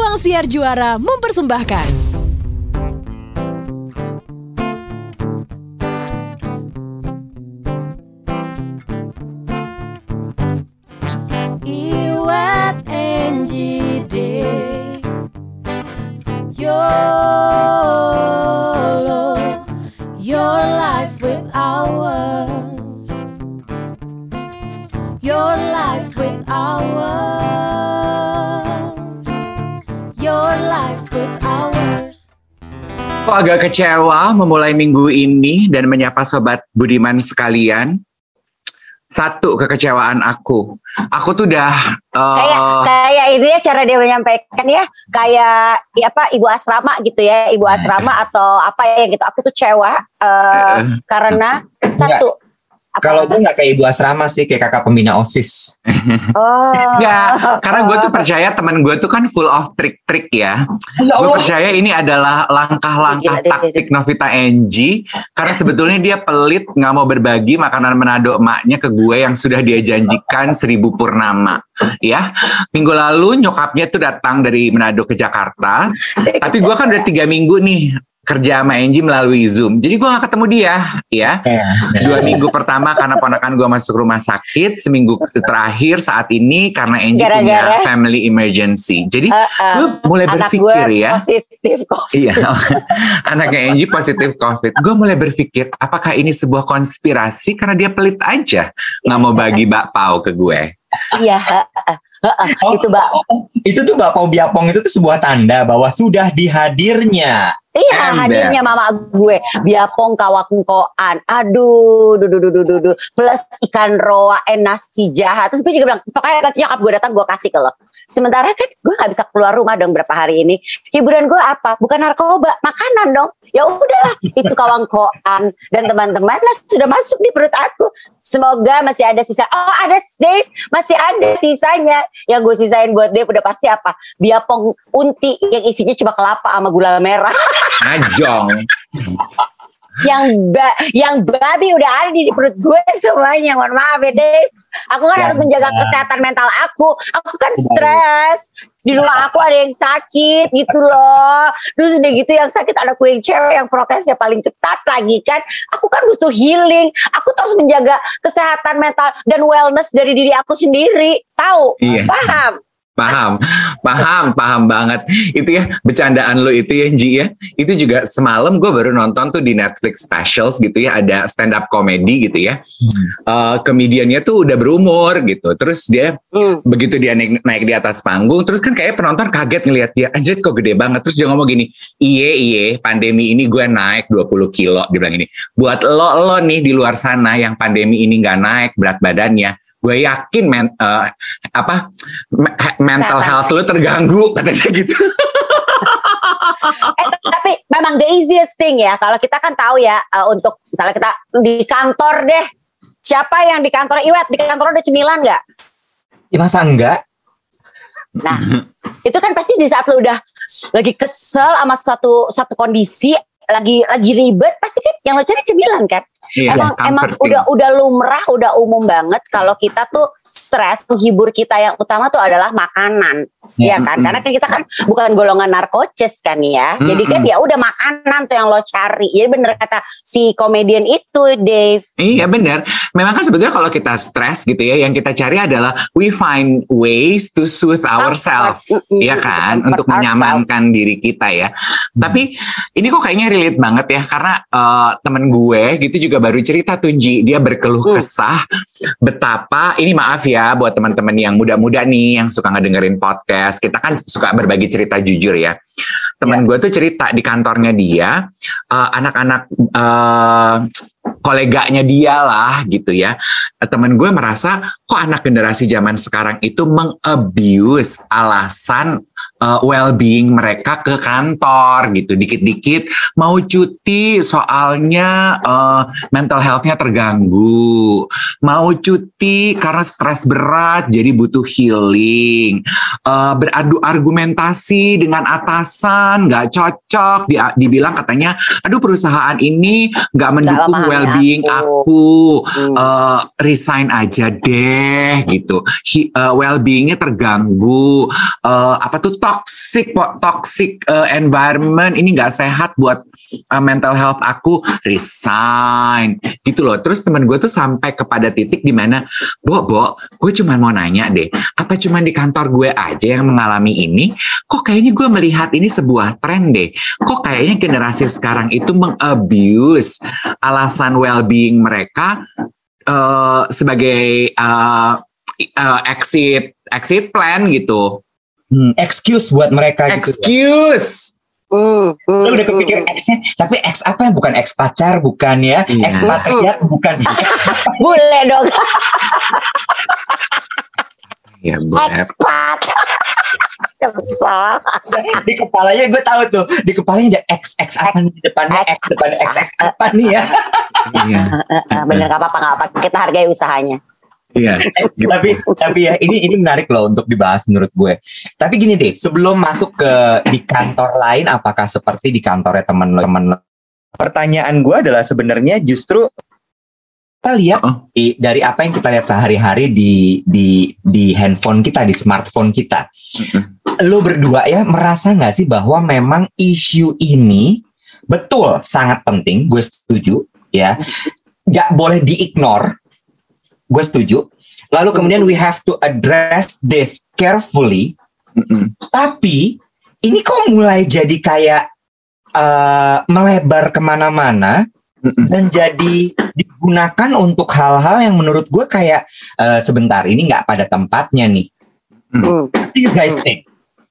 Ruang Siar Juara mempersembahkan. Your life with ours. Your life with ours. Your life with ours. Kok agak kecewa memulai minggu ini dan menyapa sobat Budiman sekalian. Satu kekecewaan aku tuh udah kayak ini ya cara dia menyampaikan ya, kayak apa ibu asrama gitu ya, ibu asrama atau apa ya gitu. Aku tuh kecewa karena satu. Kalau gue gak kayak ibu asrama sih, kayak kakak pembina OSIS. Enggak, karena gue tuh percaya teman gue tuh kan full of trik-trik ya. Gue percaya ini adalah langkah-langkah taktik Novita Enji. Karena sebetulnya dia pelit, gak mau berbagi makanan Manado emaknya ke gue yang sudah dia janjikan 1000 purnama. Ya, minggu lalu nyokapnya tuh datang dari Manado ke Jakarta. Tapi gue kan udah 3 minggu nih kerja sama Enji melalui Zoom. Jadi gue gak ketemu dia ya. 2 minggu pertama karena ponakan gue masuk rumah sakit. Seminggu terakhir saat ini karena Enji punya family emergency. Jadi gue mulai berpikir ya. Positif COVID. Iya, anaknya Enji positif COVID. Gue mulai berpikir apakah ini sebuah konspirasi karena dia pelit aja. Gak mau bagi bakpao ke gue. Iya, Itu tuh bakpao biapong itu tuh sebuah tanda bahwa sudah dihadirnya. Iya, hadirnya mama gue biapong kawakungkoan. Aduh, plus ikan roa nasi jahat. Terus gue juga bilang, pokoknya nanti nyokap gue datang gue kasih ke lo. Sementara kan gue gak bisa keluar rumah dong berapa hari ini. Hiburan gue apa? Bukan narkoba, makanan dong. Ya udahlah, itu kawangkoan dan teman-teman lah sudah masuk di perut aku. Semoga masih ada sisa. Oh, ada Dave, masih ada sisanya. Yang gue sisain buat Dave udah pasti apa? Biapong unti yang isinya cuma kelapa sama gula merah. Ajong. Yang babi udah ada di perut gue semuanya. Mohon maaf ya Dave. Aku kan harus menjaga kesehatan mental aku. Aku kan stres. Di rumah aku ada yang sakit gitu loh. Terus udah gitu yang sakit ada aku yang cewek yang prokesnya paling ketat lagi kan. Aku kan butuh healing. Aku terus menjaga kesehatan mental dan wellness dari diri aku sendiri. Tahu? Iya. Paham banget. Itu ya bercandaan lo itu ya Ji ya. Itu juga semalam gue baru nonton tuh di Netflix specials gitu ya. Ada stand up comedy gitu ya. Komediannya tuh udah berumur gitu. Terus dia begitu dia naik di atas panggung. Terus kan kayak penonton kaget ngelihat dia. Anjir kok gede banget. Terus dia ngomong gini. Iye pandemi ini gue naik 20 kilo. Dia bilang gini. Buat lo nih di luar sana yang pandemi ini gak naik berat badannya. Gue yakin mental health lu terganggu katanya gitu. Tapi memang the easiest thing ya. Kalau kita kan tahu ya untuk misalnya kita di kantor deh. Siapa yang di kantor Iwet? Di kantor ada cemilan nggak? Ya masa enggak? Nah itu kan pasti di saat lu udah lagi kesel sama satu kondisi lagi ribet pasti kan yang lo cari cemilan kan. Iya, emang udah lumrah, udah umum banget kalau kita tuh stres, menghibur kita yang utama tuh adalah makanan, ya kan? Karena kan kita kan bukan golongan narkoces kan ya, jadi kan ya udah makanan tuh yang lo cari. Jadi bener kata si komedian itu, Dave. Iya bener. Memang kan sebetulnya kalau kita stres gitu ya, yang kita cari adalah we find ways to soothe ourselves, ya kan? Untuk menyamankan diri kita ya. Tapi ini kok kayaknya relate banget ya, karena temen gue gitu juga baru cerita tuh Ji, dia berkeluh kesah betapa, ini maaf ya buat teman-teman yang muda-muda nih yang suka ngedengerin podcast, kita kan suka berbagi cerita jujur ya. Teman gue tuh cerita di kantornya dia, anak-anak koleganya dia lah gitu ya. Temen gue merasa kok anak generasi zaman sekarang itu meng-abuse alasan well-being mereka ke kantor gitu. Dikit-dikit mau cuti soalnya mental health-nya terganggu. Mau cuti karena stres berat jadi butuh healing. Beradu argumentasi dengan atasan gak cocok. Dibilang katanya aduh perusahaan ini gak mendukung well-being aku. Resign aja deh gitu. Well-beingnya terganggu. toxic environment, ini nggak sehat buat mental health aku, resign gitu loh. Terus teman gue tuh sampai kepada titik di mana, Bo, gue cuma mau nanya deh, apa cuma di kantor gue aja yang mengalami ini? Kok kayaknya gue melihat ini sebuah tren deh. Kok kayaknya generasi sekarang itu mengabuse alasan well-being mereka sebagai exit plan gitu. Excuse buat mereka gitu. Excuse. Lu udah kepikir X-nya, tapi X apa yang bukan X pacar, bukan ya? Ekspatriat bukan. Boleh dong. Ya, boleh. Ekspat. Kesal. Di kepalanya gue tahu tuh, di kepalanya ada X apa nih depannya X depan X apa nih ya? Iya. Bener, nggak apa-apa. Kita hargai usahanya. Iya. tapi ya ini menarik loh untuk dibahas menurut gue. Tapi gini deh, sebelum masuk ke di kantor lain, apakah seperti di kantornya teman-teman? Pertanyaan gue adalah sebenarnya justru kita lihat dari apa yang kita lihat sehari-hari di handphone kita, di smartphone kita. Lo berdua ya merasa nggak sih bahwa memang isu ini betul sangat penting? Gue setuju ya, nggak boleh diignore. Gue setuju. Lalu kemudian we have to address this carefully. Tapi ini kok mulai jadi kayak melebar kemana-mana dan jadi digunakan untuk hal-hal yang menurut gue kayak sebentar ini nggak pada tempatnya nih. What do you guys think?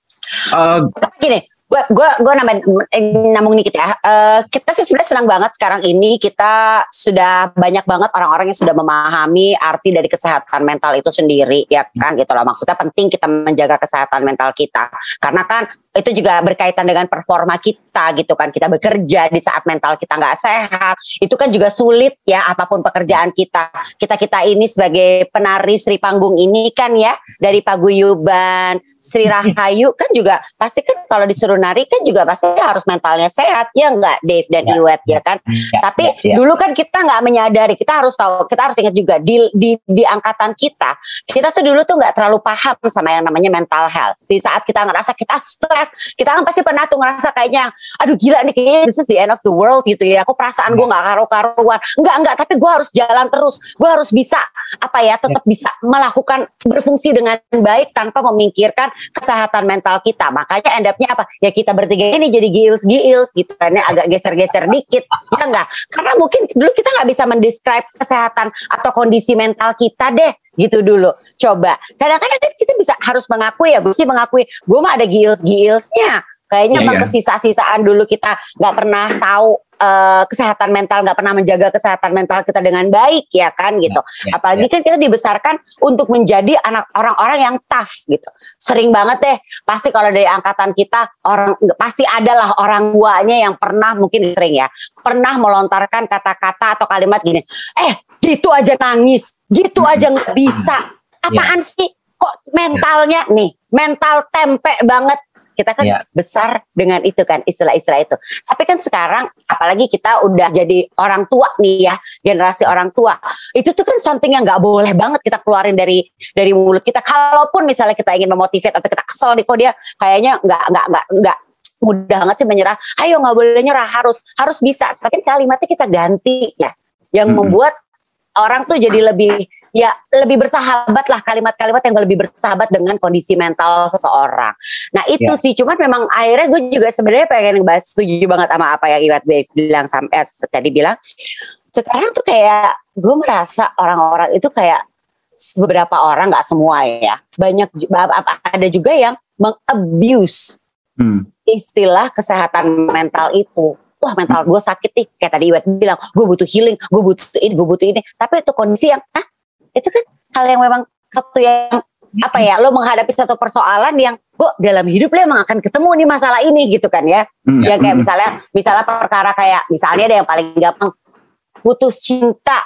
Tapi gini, gue nambung dikit ya. Kita sih sebenarnya senang banget sekarang ini kita sudah banyak banget orang-orang yang sudah memahami arti dari kesehatan mental itu sendiri, ya kan gitu loh. Maksudnya penting kita menjaga kesehatan mental kita karena kan itu juga berkaitan dengan performa kita gitu kan. Kita bekerja di saat mental kita nggak sehat, itu kan juga sulit ya apapun pekerjaan kita. Kita ini sebagai penari Sri Panggung ini kan ya, dari Paguyuban, Sri Rahayu kan juga pasti kan kalau disuruh nari kan juga pasti harus mentalnya sehat ya nggak Dave dan Iwet ya kan. Tapi dulu kan kita nggak menyadari, kita harus tahu, kita harus ingat juga di angkatan kita tuh dulu tuh nggak terlalu paham sama yang namanya mental health. Di saat kita ngerasa kita stres, kita kan pasti pernah tuh ngerasa kayaknya aduh gila nih kayaknya this is the end of the world gitu ya, aku perasaan gue nggak karu-karuan, enggak tapi gue harus jalan terus, gue harus bisa tetap bisa melakukan berfungsi dengan baik tanpa memikirkan kesehatan mental kita. Makanya end up-nya apa ya, kita bertiga ini jadi giils gitu kan ya, agak geser-geser dikit ya enggak, karena mungkin dulu kita nggak bisa mendescribe kesehatan atau kondisi mental kita deh gitu dulu. Coba kadang-kadang kita bisa harus mengakui ya, gue sih mengakui gue mah ada giils-giilsnya kayaknya. Emang kesisa-sisaan dulu kita nggak pernah tahu kesehatan mental, nggak pernah menjaga kesehatan mental kita dengan baik ya kan gitu. Apalagi kan kita dibesarkan untuk menjadi anak orang-orang yang tough gitu. Sering banget deh pasti kalau dari angkatan kita pasti adalah orang tuanya yang pernah, mungkin sering ya, pernah melontarkan kata-kata atau kalimat gini, gitu aja nangis, gitu aja nggak bisa, apaan sih kok mentalnya nih, mental tempe banget. Kita kan besar dengan itu kan, istilah-istilah itu. Tapi kan sekarang apalagi kita udah jadi orang tua nih ya, generasi orang tua. Itu tuh kan something yang gak boleh banget kita keluarin dari mulut kita. Kalaupun misalnya kita ingin memotivate atau kita kesel nih, kok dia kayaknya gak mudah banget sih menyerah. Ayo gak boleh nyerah, harus bisa. Tapi kalimatnya kita ganti ya, yang membuat orang tuh jadi lebih bersahabat lah, kalimat-kalimat yang lebih bersahabat dengan kondisi mental seseorang. Nah itu sih, cuman memang akhirnya gue juga sebenarnya pengen bahas, setuju banget sama apa yang Iwet bilang tadi bilang. Sekarang tuh kayak gue merasa orang-orang itu kayak beberapa orang, nggak semua ya, banyak ada juga yang mengabuse istilah kesehatan mental itu. Wah mental gue sakit nih, kayak tadi Iwet bilang, gue butuh healing, gue butuh ini. Tapi itu kondisi yang itu kan hal yang memang satu yang lo menghadapi satu persoalan yang dalam hidup lo emang akan ketemu nih masalah ini gitu kan ya. Yang kayak misalnya perkara kayak misalnya ada yang paling gampang, putus cinta.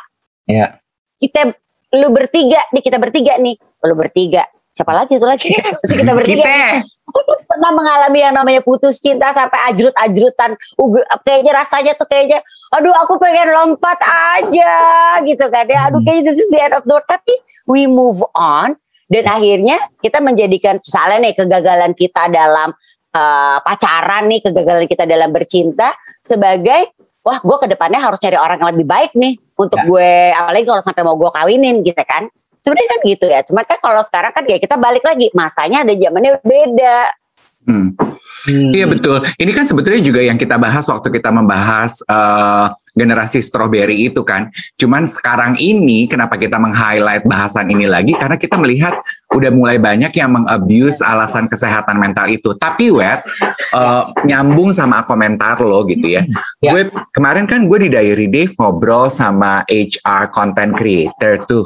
Kita bertiga nih, lu bertiga. Siapa lagi itu lagi? Masih kita bertiga. Aku tuh pernah mengalami yang namanya putus cinta sampai ajrut-ajrutan. Kayaknya rasanya tuh kayaknya, aduh aku pengen lompat aja gitu kan ya. Aduh kayaknya this is the end of the world. Tapi we move on. Dan akhirnya kita menjadikan misalnya nih kegagalan kita dalam pacaran nih, kegagalan kita dalam bercinta sebagai wah gue kedepannya harus cari orang yang lebih baik nih untuk gue, apalagi kalau sampai mau gue kawinin gitu kan. Sebenarnya kan gitu ya. Cuma kan kalau sekarang kan ya kita balik lagi, masanya ada zamannya beda. Iya betul. Ini kan sebetulnya juga yang kita bahas waktu kita membahas generasi strawberry itu kan. Cuman sekarang ini kenapa kita meng-highlight bahasan ini lagi, karena kita melihat udah mulai banyak yang meng-abuse alasan kesehatan mental itu. Tapi nyambung sama komentar lo gitu ya. Gue kemarin kan gue di Diary Dave ngobrol sama HR content creator tuh,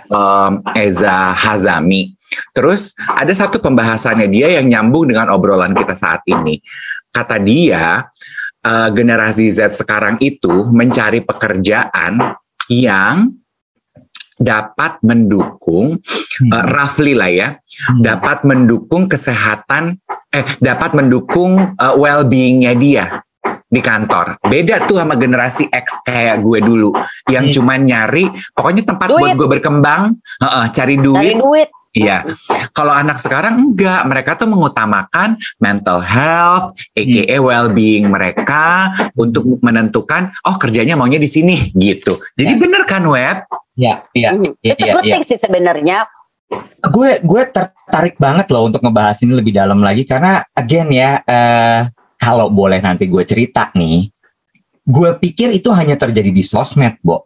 Eza Hazami. Terus ada satu pembahasannya dia yang nyambung dengan obrolan kita saat ini. Kata dia, generasi Z sekarang itu mencari pekerjaan yang dapat mendukung, roughly lah ya, dapat mendukung kesehatan, dapat mendukung well-being-nya dia di kantor. Beda tuh sama generasi X kayak gue dulu, yang cuman nyari, pokoknya tempat buat gue berkembang, cari duit. Iya, kalau anak sekarang enggak, mereka tuh mengutamakan mental health, aka well-being mereka untuk menentukan, oh kerjanya maunya di sini gitu. Jadi bener kan, Wet? Iya. It's a good thing sih sebenarnya. Gue tertarik banget loh untuk ngebahas ini lebih dalam lagi karena again ya, kalau boleh nanti gue cerita nih, gue pikir itu hanya terjadi di sosmed, Bo.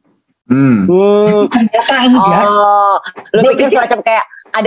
Ternyata enggak. Oh, lu pikir semacam kayak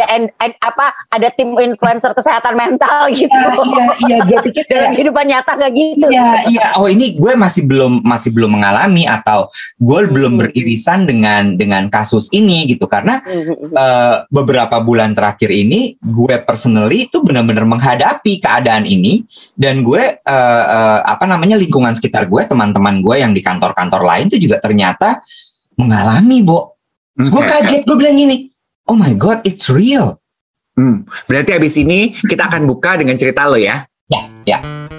ada tim influencer kesehatan mental gitu. Iya, gue pikir dalam kehidupan nyata kayak gitu. Iya. Oh, ini gue masih belum mengalami atau gue belum beririsan dengan kasus ini gitu karena beberapa bulan terakhir ini gue personally itu benar-benar menghadapi keadaan ini dan gue lingkungan sekitar gue, teman-teman gue yang di kantor-kantor lain itu juga ternyata mengalami, Bo. Gue kaget, gue bilang gini, oh my God, it's real. Berarti abis ini kita akan buka dengan cerita lo ya? Ya.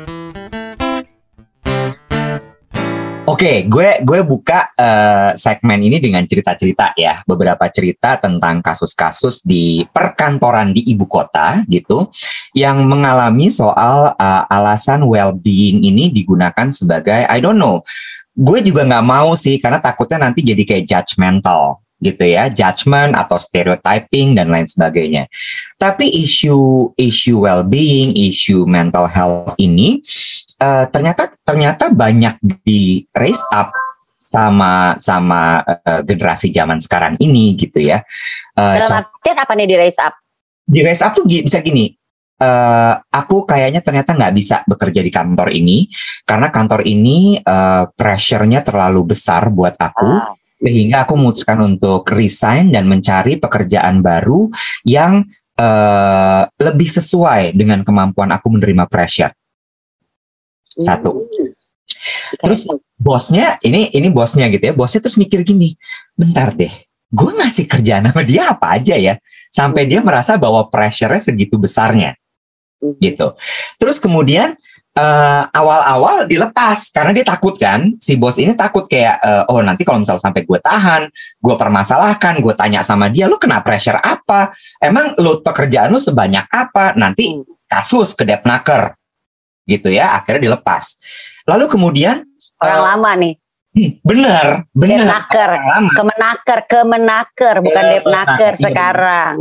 Oke, gue buka segmen ini dengan cerita-cerita ya. Beberapa cerita tentang kasus-kasus di perkantoran di ibu kota gitu. Yang mengalami soal alasan well-being ini digunakan sebagai, I don't know. Gue juga gak mau sih karena takutnya nanti jadi kayak judgmental. Gitu ya, judgment atau stereotyping dan lain sebagainya. Tapi isu well-being, isu mental health ini ternyata banyak di raise up sama generasi zaman sekarang ini gitu ya. Dalam artian apa nih di raise up? Di raise up tuh bisa gini. Aku kayaknya ternyata nggak bisa bekerja di kantor ini karena kantor ini pressure-nya terlalu besar buat aku. Sehingga aku memutuskan untuk resign dan mencari pekerjaan baru yang lebih sesuai dengan kemampuan aku menerima pressure. Satu. Terus bosnya, ini bosnya gitu ya, bosnya terus mikir gini, bentar deh, gue ngasih kerjaan sama dia apa aja ya, sampai dia merasa bahwa pressure-nya segitu besarnya. Gitu. Terus kemudian, awal-awal dilepas karena dia takut kan, si bos ini takut kayak oh nanti kalau misal sampai gue tahan, gue permasalahkan, gue tanya sama dia, lu kena pressure apa, emang load pekerjaan lu sebanyak apa, nanti kasus ke Depnaker gitu ya, akhirnya dilepas. Lalu kemudian orang lama nih, bener Depnaker, kemenaker bukan Depnaker sekarang.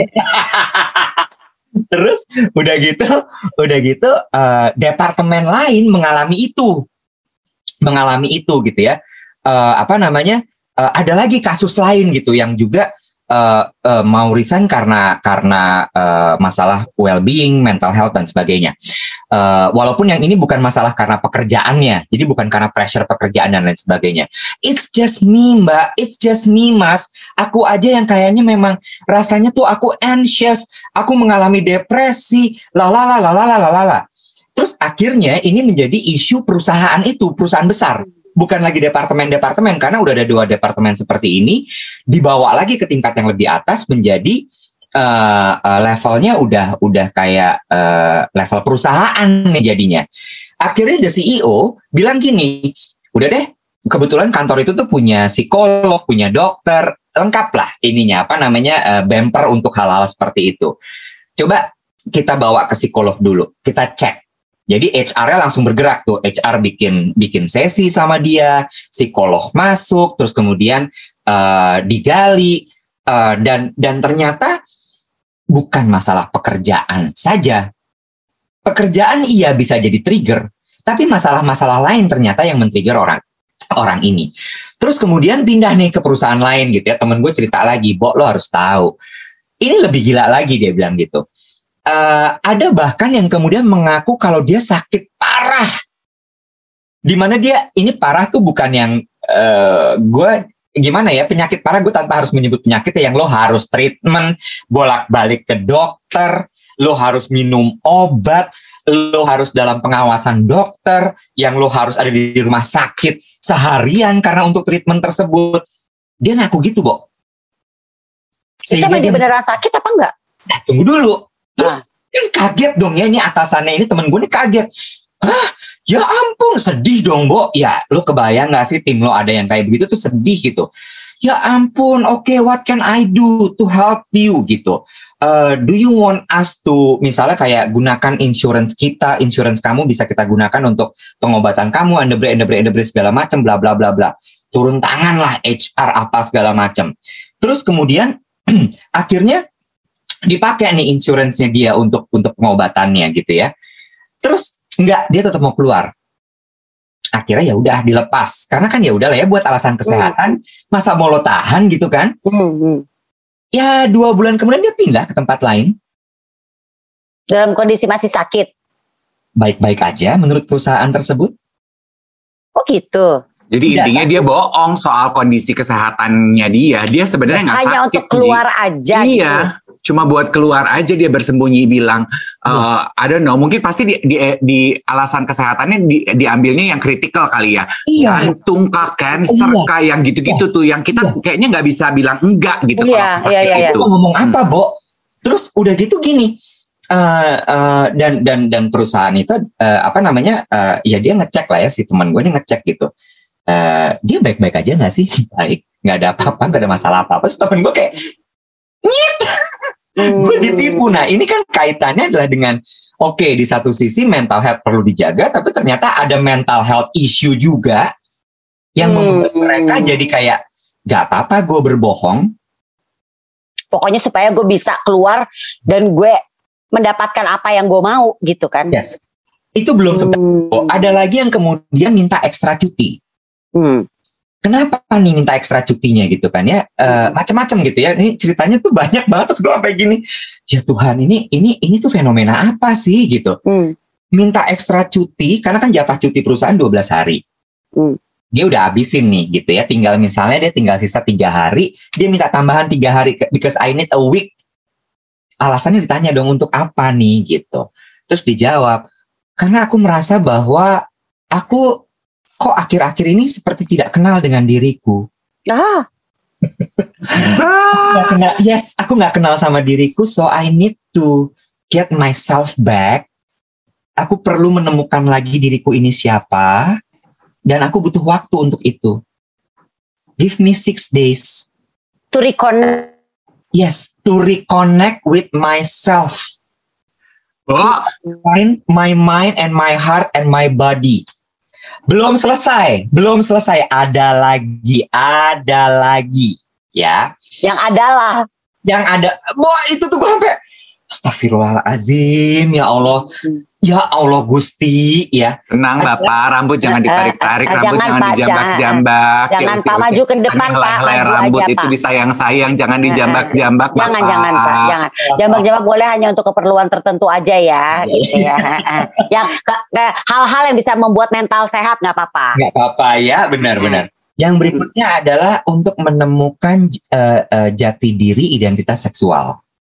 Terus udah gitu departemen lain mengalami itu gitu ya. Ada lagi kasus lain gitu yang juga mau resign karena masalah well-being, mental health dan sebagainya. Walaupun yang ini bukan masalah karena pekerjaannya, jadi bukan karena pressure pekerjaan dan lain sebagainya. It's just me, Mbak. It's just me, Mas. Aku aja yang kayaknya memang rasanya tuh aku anxious, aku mengalami depresi, lalala. Terus akhirnya ini menjadi isu perusahaan itu, perusahaan besar. Bukan lagi departemen-departemen, karena udah ada 2 departemen seperti ini, dibawa lagi ke tingkat yang lebih atas menjadi levelnya udah kayak level perusahaan nih jadinya. Akhirnya the CEO bilang gini, udah deh, kebetulan kantor itu tuh punya psikolog, punya dokter, lengkap lah ininya bumper untuk hal-hal seperti itu. Coba kita bawa ke psikolog dulu, kita cek. Jadi HR-nya langsung bergerak tuh, HR bikin sesi sama dia, psikolog masuk, terus kemudian digali dan ternyata bukan masalah pekerjaan saja. Pekerjaan iya bisa jadi trigger, tapi masalah-masalah lain ternyata yang men-trigger orang ini. Terus kemudian pindah nih ke perusahaan lain gitu ya. Temen gue cerita lagi, Bo, lo harus tahu. Ini lebih gila lagi, dia bilang gitu. Ada bahkan yang kemudian mengaku kalau dia sakit parah. Dimana dia, ini parah tuh bukan yang penyakit parah gue tanpa harus menyebut penyakit yang lo harus treatment, bolak-balik ke dokter, lo harus minum obat, lo harus dalam pengawasan dokter, yang lo harus ada di rumah sakit seharian karena untuk treatment tersebut. Dia ngaku gitu, Bo. Itu emang dia beneran sakit apa enggak? Nah, tunggu dulu. Terus kan kaget dong ya, ini atasannya ini temen gue ini kaget. Hah? Ya ampun, sedih dong, Bo. Ya, lo kebayang gak sih tim lo ada yang kayak begitu tuh sedih gitu. Ya ampun, oke, what can I do to help you gitu. Do you want us to, misalnya kayak gunakan insurance kita, insurance kamu bisa kita gunakan untuk pengobatan kamu, ande-bre segala macam, bla bla bla bla. Turun tangan lah HR apa segala macam. Terus kemudian akhirnya dipakai nih insurance-nya dia untuk pengobatannya gitu ya. Terus enggak, dia tetap mau keluar. Akhirnya ya udah dilepas. Karena kan ya udahlah ya buat alasan kesehatan, masa mau lo tahan gitu kan? Ya 2 bulan kemudian dia pindah ke tempat lain. Dalam kondisi masih sakit. Baik-baik aja menurut perusahaan tersebut. Oh gitu. Jadi intinya dia bohong soal kondisi kesehatannya dia. Dia sebenarnya nggak sakit. Hanya untuk keluar aja. Iya, gitu. Cuma buat keluar aja dia bersembunyi bilang, I don't know. Mungkin pasti di alasan kesehatannya diambilnya yang kritikal kali ya. Iya. Jantung kah, cancer kah, yang gitu-gitu tuh. Yang kita kayaknya nggak bisa bilang enggak gitu kalau sakit itu. Ngomong apa, Bo? Terus udah gitu gini. Dan perusahaan itu ya dia ngecek lah ya, si teman gue ini ngecek gitu. Dia baik-baik aja gak sih? Baik, gak ada apa-apa, gak ada masalah apa-apa. Terus temen gue kayak nyet, gue ditipu. Nah ini kan kaitannya adalah dengan oke, di satu sisi mental health perlu dijaga, tapi ternyata ada mental health issue juga yang membuat mereka jadi kayak gak apa-apa gue berbohong. Pokoknya supaya gue bisa keluar dan gue mendapatkan apa yang gue mau gitu kan. Yes. Itu belum sebenarnya. Ada lagi yang kemudian minta ekstra cuti. Kenapa nih minta ekstra cutinya gitu kan ya, macam-macam gitu ya. Ini ceritanya tuh banyak banget. Terus gue sampai gini, ya Tuhan, ini tuh fenomena apa sih gitu. Minta ekstra cuti karena kan jatah cuti perusahaan 12 hari. Dia udah habisin nih gitu ya, tinggal misalnya dia tinggal sisa 3 hari, dia minta tambahan 3 hari because I need a week. Alasannya ditanya dong, untuk apa nih gitu. Terus dijawab, karena aku merasa bahwa aku kok akhir-akhir ini seperti tidak kenal dengan diriku. Aku nggak kenal sama diriku, so I need to get myself back. Aku perlu menemukan lagi diriku ini siapa, dan aku butuh waktu untuk itu. Give me 6 days to reconnect. Yes, to reconnect with myself. Find my mind and my heart and my body. Belum selesai. Ada lagi, ya. Yang ada, itu tuh gue sampai astagfirullahaladzim, ya Allah. Ya Allah Gusti, ya. Tenang Bapak, rambut jangan ditarik-tarik, rambut jangan dijambak-jambak. Jangan Pak, maju ke depan Pak, maju rambut aja itu Pak. disayang-sayang, jangan dijambak-jambak Bapak. Jangan Pak, jangan. Jambak-jambak boleh hanya untuk keperluan tertentu aja ya, gitu ya. Yang hal-hal yang bisa membuat mental sehat nggak apa-apa. Nggak apa-apa ya, benar-benar. Yang berikutnya adalah untuk menemukan jati diri identitas seksual.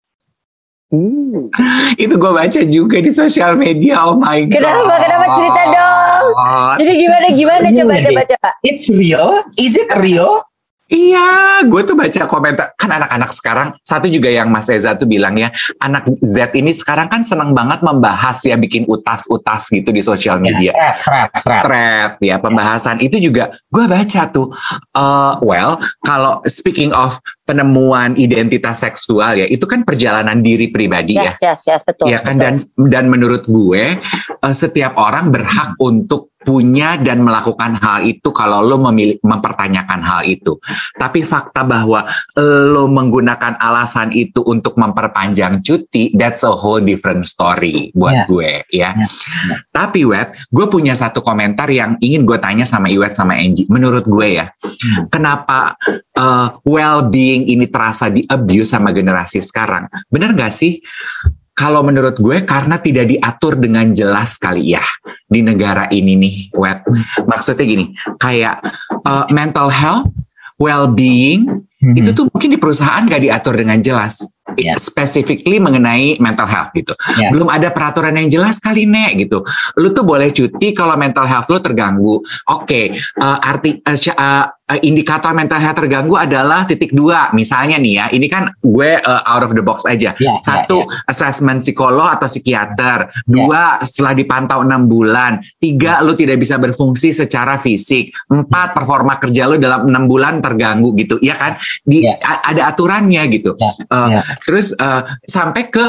Itu gue baca juga di sosial media. Oh my god. Kenapa cerita dong? Jadi gimana coba. It's real? Is it real? Iya, gue tuh baca komentar. Kan anak-anak sekarang, satu juga yang Mas Eza tuh bilang ya, anak Z ini sekarang kan senang banget membahas ya, bikin utas-utas gitu di sosial media. Thread ya, pembahasan itu juga gue baca tuh. Kalau speaking of penemuan identitas seksual ya, itu kan perjalanan diri pribadi ya. Yes, betul. Ya kan, dan menurut gue setiap orang berhak untuk punya dan melakukan hal itu kalau lo mempertanyakan hal itu. Tapi fakta bahwa lo menggunakan alasan itu untuk memperpanjang cuti, that's a whole different story buat gue ya. Tapi Wet, gue punya satu komentar yang ingin gue tanya sama Iwet sama Angie. Menurut gue ya, kenapa well-being ini terasa di-abuse sama generasi sekarang? Bener gak sih? Kalau menurut gue karena tidak diatur dengan jelas kali ya di negara ini nih, Wet. Maksudnya gini, kayak mental health, well-being, itu tuh mungkin di perusahaan gak diatur dengan jelas. Specifically mengenai mental health gitu. Belum ada peraturan yang jelas kali Nek gitu. Lu tuh boleh cuti kalau mental health lu terganggu. Oke, indikator mental health terganggu adalah 2. Misalnya nih ya, ini kan gue out of the box aja. 1, assessment psikolog atau psikiater. 2, setelah dipantau 6 bulan. 3, lu tidak bisa berfungsi secara fisik. 4, performa kerja lu dalam 6 bulan terganggu gitu. Ya kan? Ada aturannya gitu. Terus sampai ke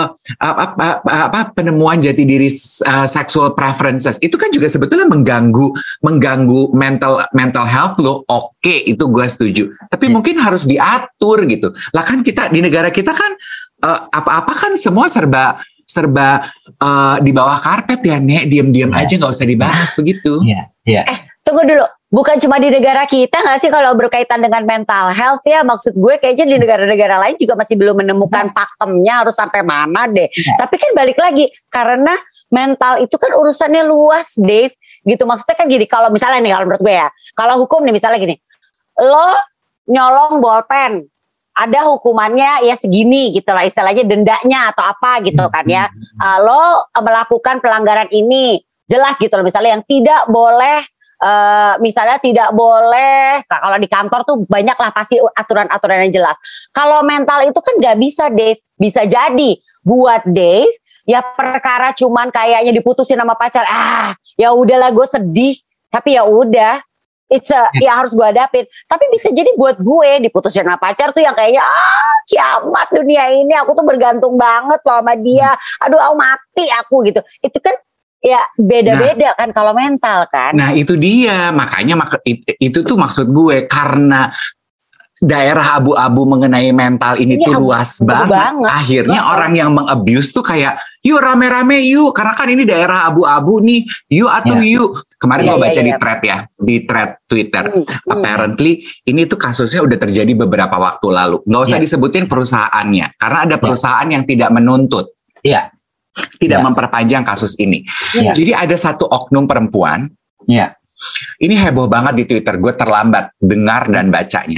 penemuan jati diri sexual preferences itu kan juga sebetulnya mengganggu mental health lo. Oke, itu gue setuju. Tapi mungkin harus diatur gitu. Lah kan kita di negara kita kan apa-apa kan semua serba di bawah karpet ya Nek, diam-diam aja nggak usah dibahas begitu. Tunggu dulu. Bukan cuma di negara kita nggak sih kalau berkaitan dengan mental health ya, maksud gue kayaknya di negara-negara lain juga masih belum menemukan pakemnya harus sampai mana deh. Tapi kan balik lagi karena mental itu kan urusannya luas, Dave. Gitu maksudnya kan gini, kalau misalnya nih kalau menurut gue ya, kalau hukum nih misalnya gini, lo nyolong bolpen, ada hukumannya ya segini gitu lah istilahnya, dendanya atau apa gitu kan ya. Lo melakukan pelanggaran ini jelas gitu loh, misalnya yang tidak boleh. Misalnya tidak boleh, kalau di kantor tuh banyak lah pasti aturan-aturan yang jelas. Kalau mental itu kan gak bisa Dave. Bisa jadi buat Dave ya perkara cuman kayaknya diputusin sama pacar, ya udahlah gue sedih, tapi ya udah ya harus gue hadapin. Tapi bisa jadi buat gue diputusin sama pacar tuh yang kayaknya kiamat dunia ini, aku tuh bergantung banget loh sama dia, aduh aku mati aku gitu. Itu kan ya beda-beda kan kalau mental kan. Nah itu dia, makanya itu tuh maksud gue, karena daerah abu-abu mengenai mental ini tuh luas banget. Akhirnya orang yang meng-abuse tuh kayak, yuk rame-rame yuk, karena kan ini daerah abu-abu nih, yuk yuk. Kemarin gue baca di thread ya, di thread Twitter. Apparently ini tuh kasusnya udah terjadi beberapa waktu lalu. Nggak usah disebutin perusahaannya, karena ada perusahaan yang tidak menuntut. Tidak memperpanjang kasus ini. Jadi ada satu oknum perempuan. Ini heboh banget di Twitter. Gue terlambat dengar dan bacanya.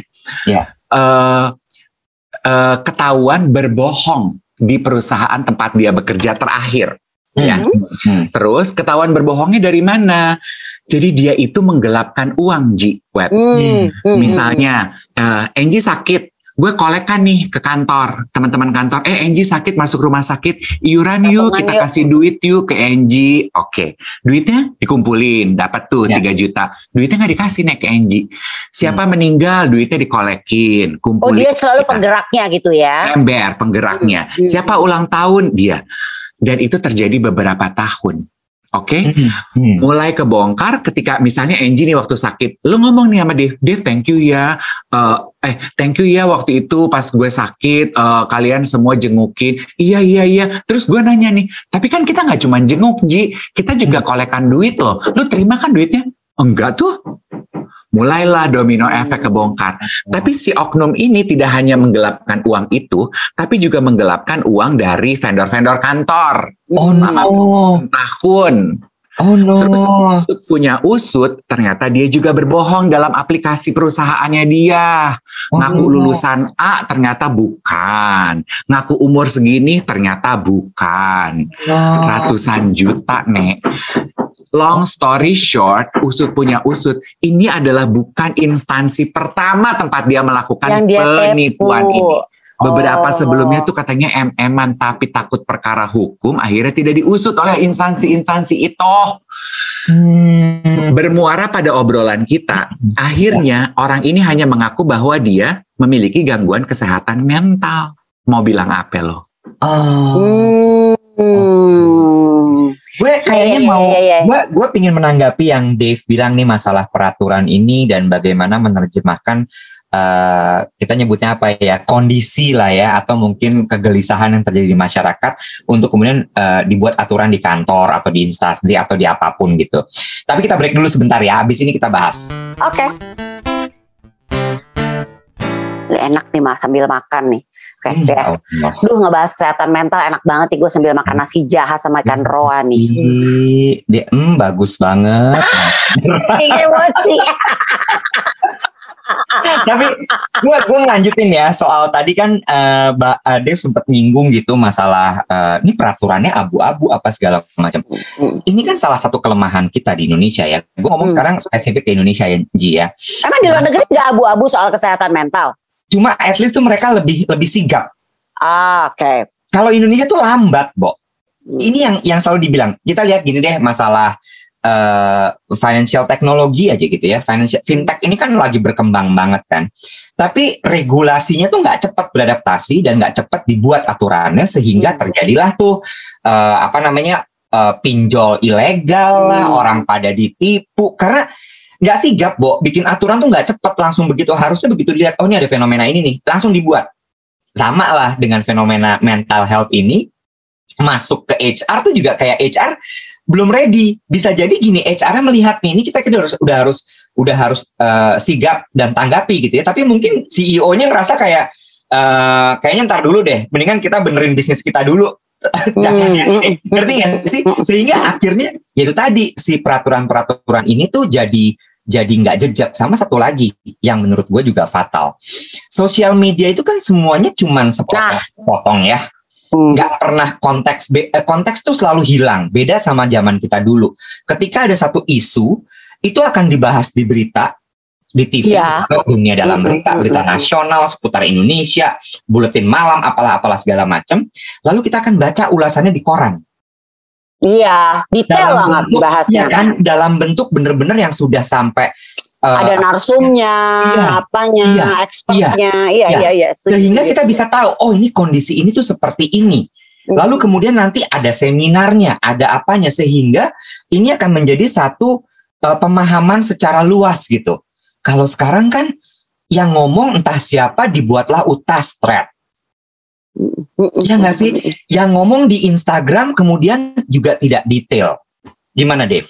Ketahuan berbohong di perusahaan tempat dia bekerja terakhir. Terus ketahuan berbohongnya dari mana? Jadi dia itu menggelapkan uang, Misalnya Angie sakit, gue kolekan nih ke kantor, teman-teman kantor, Angie sakit masuk rumah sakit, iuran yuk, kita kasih duit yuk ke Angie. Oke, duitnya dikumpulin, dapat tuh 3 juta. Duitnya gak dikasih nih ke Angie. Siapa meninggal, duitnya dikolekin, kumpulin. Dia selalu penggeraknya gitu ya. Ember, penggeraknya. Siapa ulang tahun, dia. Dan itu terjadi beberapa tahun. Mulai kebongkar ketika misalnya Angie nih waktu sakit, lu ngomong nih sama Dave, thank you ya, thank you ya waktu itu pas gue sakit, kalian semua jengukin, iya, terus gue nanya nih, tapi kan kita nggak cuma jenguk kita juga kolekan duit loh, lu terima kan duitnya? Enggak tuh. Mulailah domino efek kebongkar. Tapi si oknum ini tidak hanya menggelapkan uang itu, tapi juga menggelapkan uang dari vendor-vendor kantor. Selama tahun. Terus punya usut, ternyata dia juga berbohong dalam aplikasi perusahaannya dia. Ngaku lulusan A, ternyata bukan. Ngaku umur segini, ternyata bukan. Ratusan juta, Nek. long story short, usut punya usut, ini adalah bukan instansi pertama tempat dia melakukan Yang dia penipuan tepu. ini. Beberapa sebelumnya tuh katanya em-eman tapi takut perkara hukum, akhirnya tidak diusut oleh instansi-instansi itu. Bermuara pada obrolan kita, akhirnya orang ini hanya mengaku bahwa dia memiliki gangguan kesehatan mental. Mau bilang apa lo? Gue kayaknya gue pingin menanggapi yang Dave bilang nih masalah peraturan ini dan bagaimana menerjemahkan kita nyebutnya apa ya, kondisi lah ya, atau mungkin kegelisahan yang terjadi di masyarakat untuk kemudian dibuat aturan di kantor atau di instansi atau di apapun gitu. Tapi kita break dulu sebentar ya, abis ini kita bahas. Oke. Enak nih mas sambil makan nih. Oke deh. Duh, ngebahas kesehatan mental enak banget nih, gue sambil makan nasi jaha sama ikan roa nih. Bagus banget. Emosi. Tapi gue ngelanjutin ya soal tadi kan Dave sempat nyinggung gitu masalah ini peraturannya abu-abu apa segala macam. Ini kan salah satu kelemahan kita di Indonesia ya. Gue ngomong sekarang spesifik ke Indonesia ya, Ji ya. Emang di luar negeri nggak abu-abu soal kesehatan mental? Cuma at least tuh mereka lebih sigap. Oke. Kalau Indonesia tuh lambat, Bo. Ini yang selalu dibilang. Kita lihat gini deh masalah financial technology aja gitu ya. Fintech ini kan lagi berkembang banget kan. Tapi regulasinya tuh nggak cepat beradaptasi dan nggak cepat dibuat aturannya sehingga terjadilah tuh pinjol ilegal lah, orang pada ditipu karena nggak sigap, Bo. Bikin aturan tuh nggak cepat langsung begitu. Harusnya begitu dilihat, oh ini ada fenomena ini nih, langsung dibuat. Sama lah dengan fenomena mental health ini, masuk ke HR tuh juga kayak HR belum ready. Bisa jadi gini, HR-nya melihat nih, ini kita udah harus sigap dan tanggapi gitu ya. Tapi mungkin CEO-nya ngerasa kayak kayaknya ntar dulu deh, mendingan kita benerin bisnis kita dulu. Ngerti gak sih? Sehingga akhirnya yaitu tadi si peraturan-peraturan ini tuh jadi nggak jejak. Sama satu lagi yang menurut gue juga fatal, sosial media itu kan semuanya cuman sepotong ya, nggak pernah konteks tuh selalu hilang. Beda sama zaman kita dulu, ketika ada satu isu itu akan dibahas di berita, di TV, dunia dalam berita nasional seputar Indonesia, buletin malam, apalah segala macam. Lalu kita akan baca ulasannya di koran. Iya, detail banget bahasnya. Ya kan, dalam bentuk bener-bener yang sudah sampai ada narsumnya, expertnya, iya. Sehingga kita bisa tahu, oh ini kondisi ini tuh seperti ini. Lalu kemudian nanti ada seminarnya, ada apanya, sehingga ini akan menjadi satu pemahaman secara luas gitu. Kalau sekarang kan yang ngomong entah siapa, dibuatlah utas thread. Ya nggak sih? Yang ngomong di Instagram kemudian juga tidak detail. Gimana, Dave?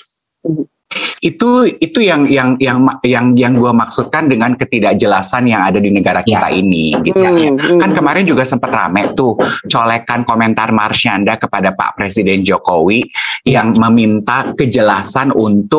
Itu yang gue maksudkan dengan ketidakjelasan yang ada di negara kita ini gitu ya. Kan kemarin juga sempat rame tuh colekan komentar Marsyanda kepada Pak Presiden Jokowi yang meminta kejelasan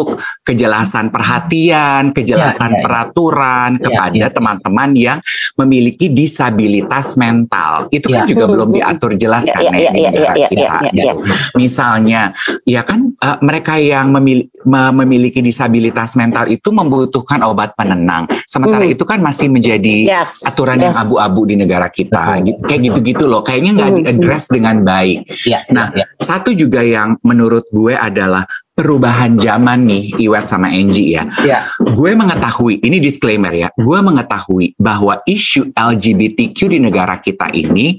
perhatian, kejelasan peraturan kepada teman-teman yang memiliki disabilitas mental. Itu kan juga belum diatur jelas kan di negara kita. Misalnya ya kan mereka yang memiliki disabilitas mental itu membutuhkan obat penenang. Sementara itu kan masih menjadi aturan yang abu-abu di negara kita. Kayak gitu-gitu loh. Kayaknya nggak diadres dengan baik. Satu juga yang menurut gue adalah perubahan zaman nih, Iwet sama Angie ya. Gue mengetahui, ini disclaimer ya, gue mengetahui bahwa isu LGBTQ di negara kita ini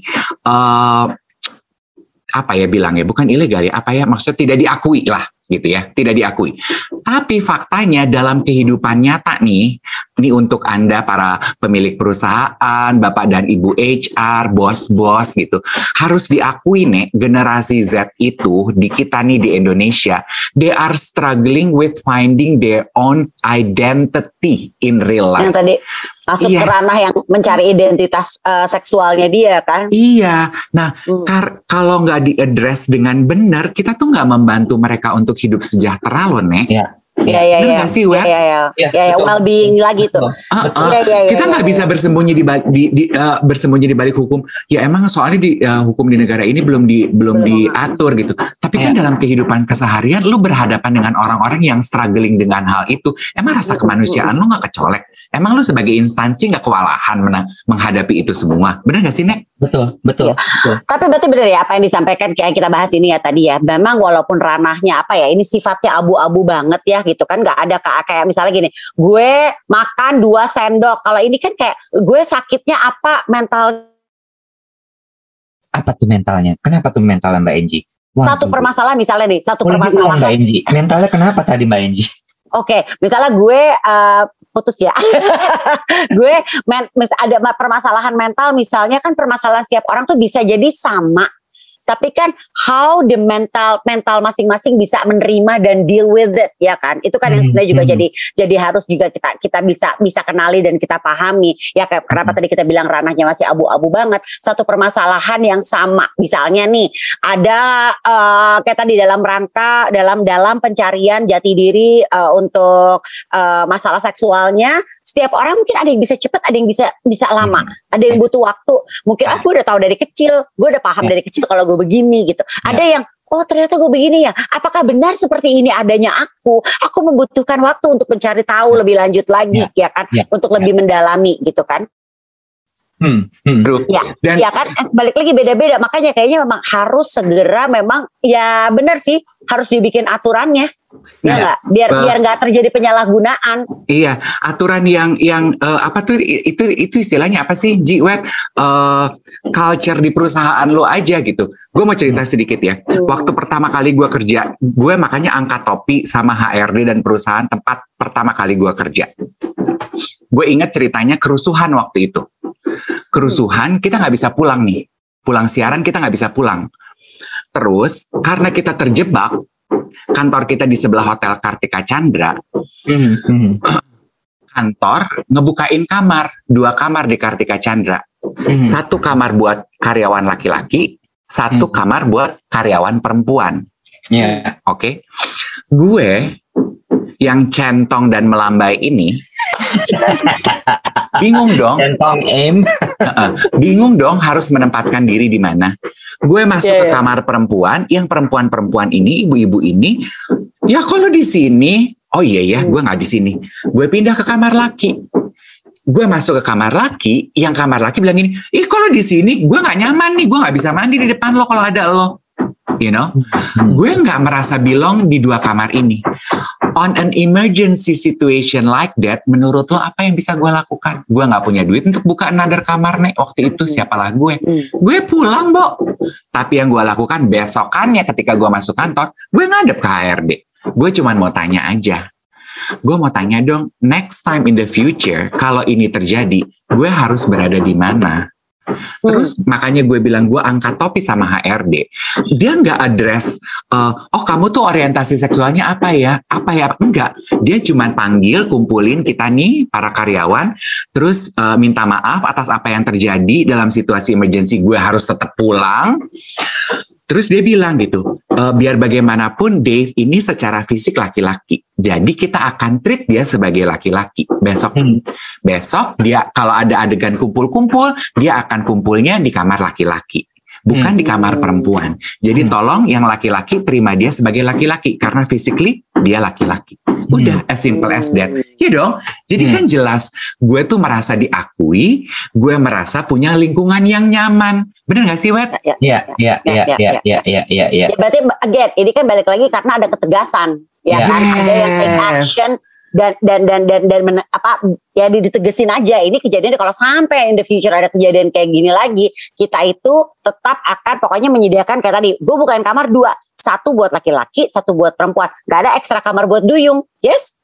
bukan ilegal ya, maksudnya tidak diakui lah gitu ya, tidak diakui. Tapi faktanya dalam kehidupan nyata nih untuk Anda para pemilik perusahaan, Bapak dan Ibu HR, bos-bos gitu, harus diakui nih, generasi Z itu di kita nih di Indonesia, they are struggling with finding their own identity in real life. Yang tadi masuk ke ranah yang mencari identitas seksualnya dia kan. Iya. Nah, kalau nggak diadres dengan benar, kita tuh nggak membantu mereka untuk hidup sejahtera loh, Nek. Iya. Bener nggak sih, Wet? Iya, well-being lagi tuh. Kita nggak bisa bersembunyi bersembunyi di balik hukum. Ya emang soalnya di hukum di negara ini belum diatur gitu. Tapi kan dalam kehidupan keseharian lu berhadapan dengan orang-orang yang struggling dengan hal itu. Emang rasa kemanusiaan lu nggak kecolek? Emang lu sebagai instansi nggak kewalahan menghadapi itu semua? Bener nggak sih, Nek? Betul. Tapi berarti benar ya apa yang disampaikan kayak kita bahas ini ya tadi ya. Memang walaupun ranahnya apa ya, ini sifatnya abu-abu banget ya gitu kan, nggak ada kayak misalnya gini, gue makan 2 sendok. Kalau ini kan kayak gue sakitnya apa mental. Apa tuh mentalnya? Kenapa tuh mentalnya Mbak Enji? Satu permasalahan misalnya nih, permasalahan. Mbak Enji, mentalnya kenapa tadi Mbak Enji? Oke, misalnya gue putus ya. Gue ada permasalahan mental, misalnya kan permasalahan setiap orang tuh bisa jadi sama. Tapi kan how the mental masing-masing bisa menerima dan deal with it ya kan. Itu kan yang sebenarnya juga jadi harus juga kita bisa kenali dan kita pahami. Ya kayak kenapa tadi kita bilang ranahnya masih abu-abu banget. Satu permasalahan yang sama. Misalnya nih ada kayak tadi dalam pencarian jati diri untuk masalah seksualnya, setiap orang mungkin ada yang bisa cepat, ada yang bisa lama. Ada yang butuh waktu. Mungkin gue udah tahu dari kecil, gue udah paham dari kecil kalau gue begini gitu. Ada yang ternyata gue begini ya. Apakah benar seperti ini adanya aku? Aku membutuhkan waktu untuk mencari tahu lebih lanjut lagi ya kan, untuk lebih mendalami gitu kan. Dan ya kan balik lagi beda-beda, makanya kayaknya memang harus segera memang ya benar sih harus dibikin aturannya. Ya nggak, biar nggak terjadi penyalahgunaan. Iya, aturan yang apa tuh itu istilahnya apa sih, Jiwet? Culture di perusahaan lo aja gitu. Gue mau cerita sedikit ya. Waktu pertama kali gue kerja, gue makanya angkat topi sama HRD dan perusahaan tempat pertama kali gue kerja. Gue ingat ceritanya kerusuhan waktu itu. Kerusuhan, kita nggak bisa pulang nih. Pulang siaran kita nggak bisa pulang. Terus karena kita terjebak, kantor kita di sebelah Hotel Kartika Chandra, kantor ngebukain kamar, 2 kamar di Kartika Chandra. 1 kamar buat karyawan laki-laki, 1 kamar buat karyawan perempuan. Oke. Gue yang centong dan melambai ini bingung dong. Bingung dong harus menempatkan diri di mana. Gue masuk ke kamar perempuan, yang perempuan-perempuan ini, ibu-ibu ini, ya kalau di sini, oh iya ya, gue nggak di sini. Gue pindah ke kamar laki. Gue masuk ke kamar laki, yang kamar laki bilang gini, kalau di sini gue nggak nyaman nih, gue nggak bisa mandi di depan lo kalau ada lo. You know, gue nggak merasa belong di 2 kamar ini. On an emergency situation like that, menurut lo apa yang bisa gue lakukan? Gue nggak punya duit untuk buka another kamar nih. Waktu itu siapalah gue pulang, Bo. Tapi yang gue lakukan besokannya ketika gue masuk kantor, gue ngadep ke HRD. Gue cuma mau tanya aja. Gue mau tanya dong, next time in the future, kalau ini terjadi, gue harus berada di mana? Terus makanya gue bilang gue angkat topi sama HRD. Dia nggak address, kamu tuh orientasi seksualnya apa ya? Enggak. Dia cuma panggil, kumpulin kita nih para karyawan, terus minta maaf atas apa yang terjadi dalam situasi emergency. Gue harus tetap pulang. Terus dia bilang gitu, biar bagaimanapun Dave ini secara fisik laki-laki. Jadi kita akan treat dia sebagai laki-laki. Besok dia kalau ada adegan kumpul-kumpul, dia akan kumpulnya di kamar laki-laki. Bukan di kamar perempuan. Jadi tolong yang laki-laki terima dia sebagai laki-laki. Karena physically dia laki-laki. Udah as simple as that. Ya dong. Jadi kan jelas gue tuh merasa diakui. Gue merasa punya lingkungan yang nyaman. Bener gak sih, Wet? Iya. Berarti again, ini kan balik lagi karena ada ketegasan. Ya kan? Ada yang take action. Dan ya ditegesin aja ini kejadian kalau sampai in the future ada kejadian kayak gini lagi, kita itu tetap akan pokoknya menyediakan kayak tadi, gue bukain kamar 2, 1 buat laki-laki, 1 buat perempuan, gak ada ekstra kamar buat duyung. Yes.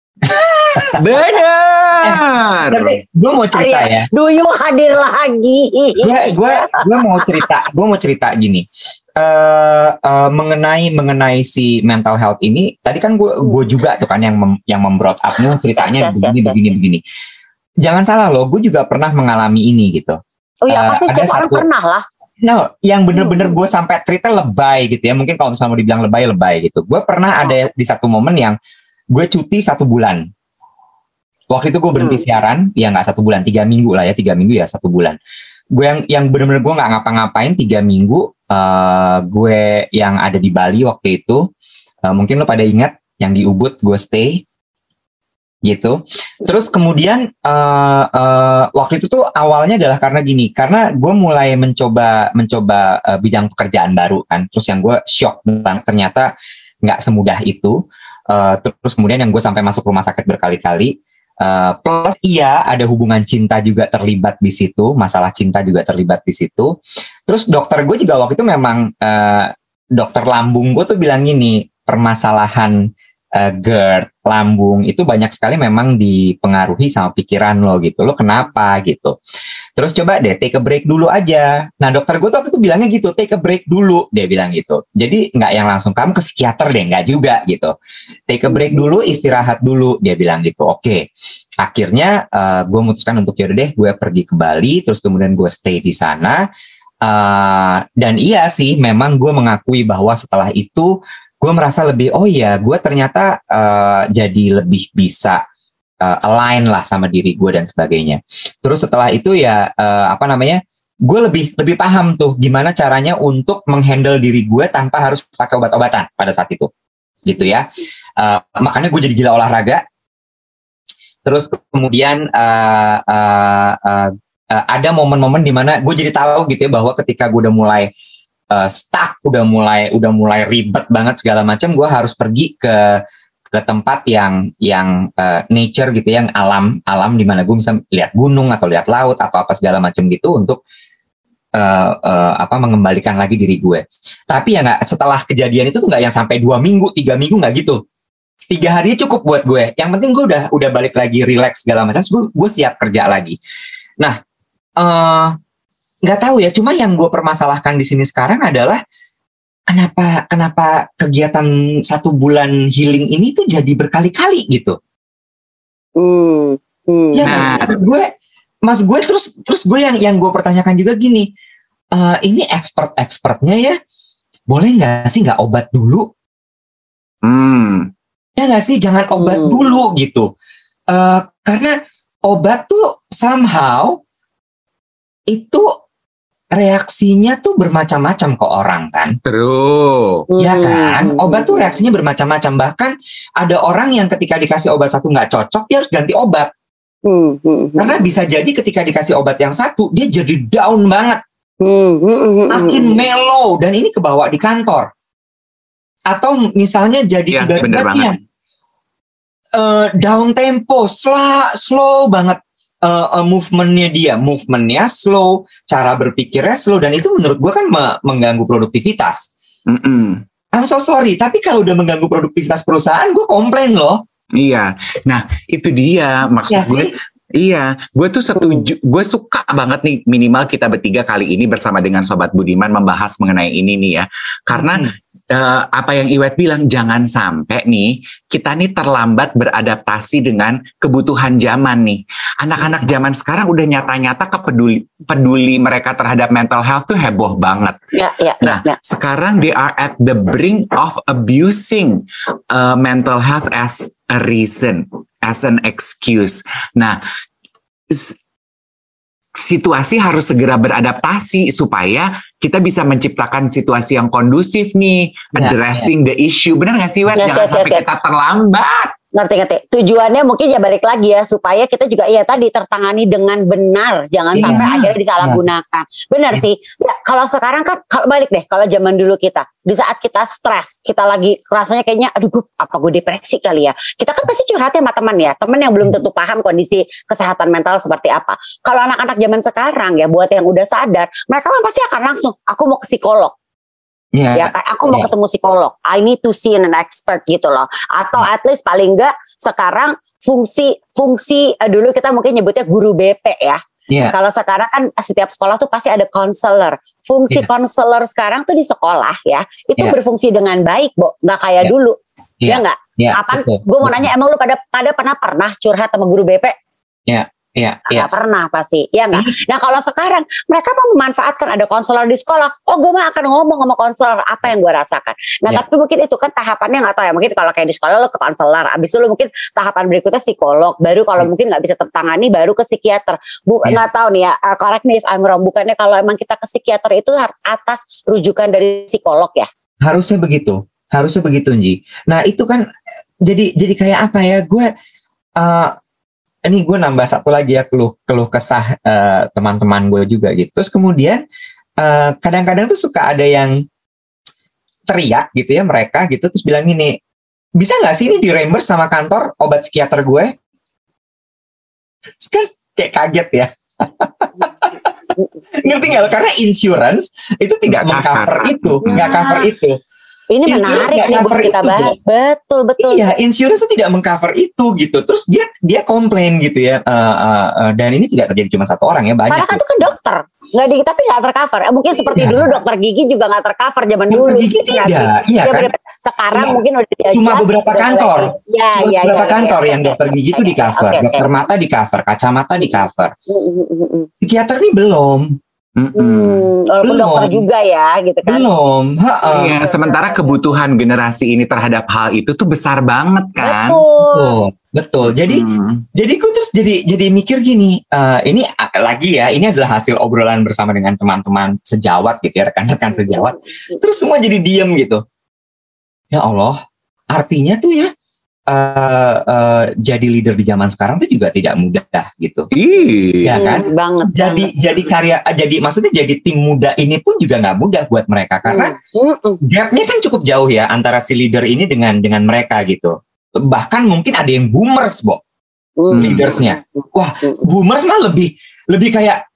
Benar. Gue mau cerita ya. Duyung hadir lagi. Gue mau cerita gini. Mengenai si mental health ini, tadi kan gue juga tuh kan yang membrought up nih ceritanya begini. Jangan salah loh, gue juga pernah mengalami ini gitu. Oh ya pasti setiap orang pernah lah. No, yang bener-bener gue sampai cerita lebay gitu ya. Mungkin kalau misalnya mau dibilang lebay gitu. Gue pernah ada di satu momen yang gue cuti 1 bulan. Waktu itu gue berhenti siaran, ya nggak 1 bulan, 3 minggu lah ya, 3 minggu ya 1 bulan. Gue yang benar-benar gue nggak ngapa-ngapain 3 minggu. Gue yang ada di Bali waktu itu, mungkin lo pada ingat yang di Ubud gue stay gitu. Terus kemudian waktu itu tuh awalnya adalah karena gini, karena gue mulai mencoba bidang pekerjaan baru kan. Terus yang gue shock banget ternyata nggak semudah itu. Terus kemudian yang gue sampai masuk rumah sakit berkali-kali. Plus iya ada hubungan cinta juga terlibat di situ, masalah cinta juga terlibat di situ. Terus dokter gue juga waktu itu memang dokter lambung gue tuh bilang gini, permasalahan GERD lambung itu banyak sekali memang dipengaruhi sama pikiran lo gitu. Lo kenapa gitu? Terus coba deh take a break dulu aja. Nah dokter gue tuh waktu itu bilangnya gitu, take a break dulu, dia bilang gitu. Jadi nggak yang langsung kamu ke psikiater deh, nggak juga gitu. Take a break dulu, istirahat dulu, dia bilang gitu. Oke. Akhirnya gue memutuskan untuk yaudah deh gue pergi ke Bali, terus kemudian gue stay di sana. Dan iya sih, memang gue mengakui bahwa setelah itu gue merasa lebih, oh iya, gue ternyata jadi lebih bisa align lah sama diri gue dan sebagainya. Terus setelah itu ya gue lebih paham tuh gimana caranya untuk menghandle diri gue tanpa harus pakai obat-obatan pada saat itu, gitu ya. Makanya gue jadi gila olahraga. Terus kemudian ada momen-momen di mana gue jadi tahu gitu ya bahwa ketika gue udah mulai stuck, udah mulai ribet banget segala macam, gue harus pergi ke tempat yang nature gitu, yang alam di mana gue bisa lihat gunung atau lihat laut atau apa segala macam gitu untuk mengembalikan lagi diri gue. Tapi ya nggak, setelah kejadian itu tuh nggak yang sampai 2 minggu, 3 minggu, nggak gitu. 3 hari cukup buat gue. Yang penting gue udah balik lagi, relax segala macam. Gue siap kerja lagi. Nah, nggak tahu ya. Cuma yang gue permasalahkan di sini sekarang adalah kenapa kegiatan 1 bulan healing ini tuh jadi berkali-kali gitu. Ya, mas gue terus gue yang gue pertanyakan juga gini. Ini expertnya ya, boleh nggak sih nggak obat dulu? Ya nggak sih, jangan obat dulu gitu. Karena obat tuh somehow itu reaksinya tuh bermacam-macam ke orang kan. True. Ya kan, obat tuh reaksinya bermacam-macam. Bahkan ada orang yang ketika dikasih obat satu nggak cocok, dia harus ganti obat. Karena bisa jadi ketika dikasih obat yang satu, dia jadi down banget. Makin mellow, dan ini kebawa di kantor. Atau misalnya jadi tiba-tiba dia down tempo, slow banget. Movementnya slow, cara berpikirnya slow, dan itu menurut gue kan mengganggu produktivitas. I'm so sorry, tapi kalau udah mengganggu produktivitas perusahaan, gue komplain loh. Iya, nah itu dia maksud ya gue. Iya, gue tuh setuju. Gue suka banget nih, minimal kita bertiga kali ini bersama dengan Sobat Budiman membahas mengenai ini nih ya. Karena apa yang Iwet bilang, jangan sampai nih kita nih terlambat beradaptasi dengan kebutuhan zaman nih. Anak-anak zaman sekarang udah nyata-nyata peduli mereka terhadap mental health tuh heboh banget. Sekarang they are at the brink of abusing mental health as a reason, as an excuse. Nah, situasi harus segera beradaptasi supaya kita bisa menciptakan situasi yang kondusif nih, addressing the issue. Benar nggak sih, Wet? Jangan sampai kita terlambat. Ngerti. Tujuannya mungkin ya balik lagi ya, supaya kita juga tadi tertangani dengan benar, jangan sampai akhirnya disalahgunakan. Benar sih. Ya, kalau sekarang kan balik deh, kalau zaman dulu kita, di saat kita stres, kita lagi rasanya kayaknya aduh gue depresi kali ya. Kita kan pasti curhat sama teman ya, teman yang belum tentu paham kondisi kesehatan mental seperti apa. Kalau anak-anak zaman sekarang ya, buat yang udah sadar, mereka kan pasti akan langsung aku mau ke psikolog. Ya kan, aku mau ketemu psikolog. I need to see an expert gitu loh. Atau at least paling enggak sekarang fungsi dulu kita mungkin nyebutnya guru BP ya. Kalau sekarang kan setiap sekolah tuh pasti ada counselor. Fungsi counselor sekarang tuh di sekolah ya, itu berfungsi dengan baik, Bo. Nggak kayak dulu. Ya nggak? Gue mau nanya, emang lu pada pernah curhat sama guru BP? Iya. Nggak pernah pasti, ya nggak? Nah kalau sekarang mereka mau memanfaatkan ada konselor di sekolah, gue mah akan ngomong sama konselor apa yang gue rasakan. Nah tapi mungkin itu kan tahapannya nggak tahu ya. Mungkin kalau kayak di sekolah lo ke konselor, abis itu lo mungkin tahapan berikutnya psikolog, baru kalau mungkin nggak bisa tertangani baru ke psikiater. Nggak tahu nih ya, correct me if I'm wrong. Bukannya kalau emang kita ke psikiater itu atas rujukan dari psikolog ya? Harusnya begitu Nji. Nah itu kan jadi kayak apa ya? Ini gue nambah satu lagi ya keluh kesah teman-teman gue juga gitu. Terus kemudian kadang-kadang tuh suka ada yang teriak gitu ya mereka gitu, terus bilang gini, bisa nggak sih ini di-reimburse sama kantor obat psikiater gue? Terus kan kayak kaget ya. Ngerti nggak? Karena insurance itu tidak mengcover itu, nggak cover itu. Ini menarik nih buat kita bahas. Betul. Iya, insurance itu tidak mengcover itu gitu. Terus dia komplain gitu ya. Dan ini tidak terjadi cuma satu orang ya, banyak. Padahal itu kan dokter, tapi nggak tercover. Mungkin seperti dulu dokter gigi juga nggak tercover zaman dulu. Dokter gigi tidak, iya kan. Sekarang mungkin udah diadjust. Cuma beberapa kantor. Beberapa kantor yang dokter gigi itu di cover, dokter mata di cover, kacamata di cover. Psikiater ini belum. Walaupun dokter juga ya gitu kan. Belum. Iya, sementara kebutuhan generasi ini terhadap hal itu tuh besar banget kan. Betul. Jadi aku terus jadi mikir gini, ini lagi ya, ini adalah hasil obrolan bersama dengan teman-teman sejawat gitu ya, rekan-rekan sejawat. Terus semua jadi diem gitu. Ya Allah, artinya tuh ya jadi leader di zaman sekarang tuh juga tidak mudah gitu. Iya kan? Banget. Jadi maksudnya jadi tim muda ini pun juga nggak mudah buat mereka karena gapnya kan cukup jauh ya antara si leader ini dengan mereka gitu. Bahkan mungkin ada yang boomers, leadersnya. Wah, boomers mah lebih kayak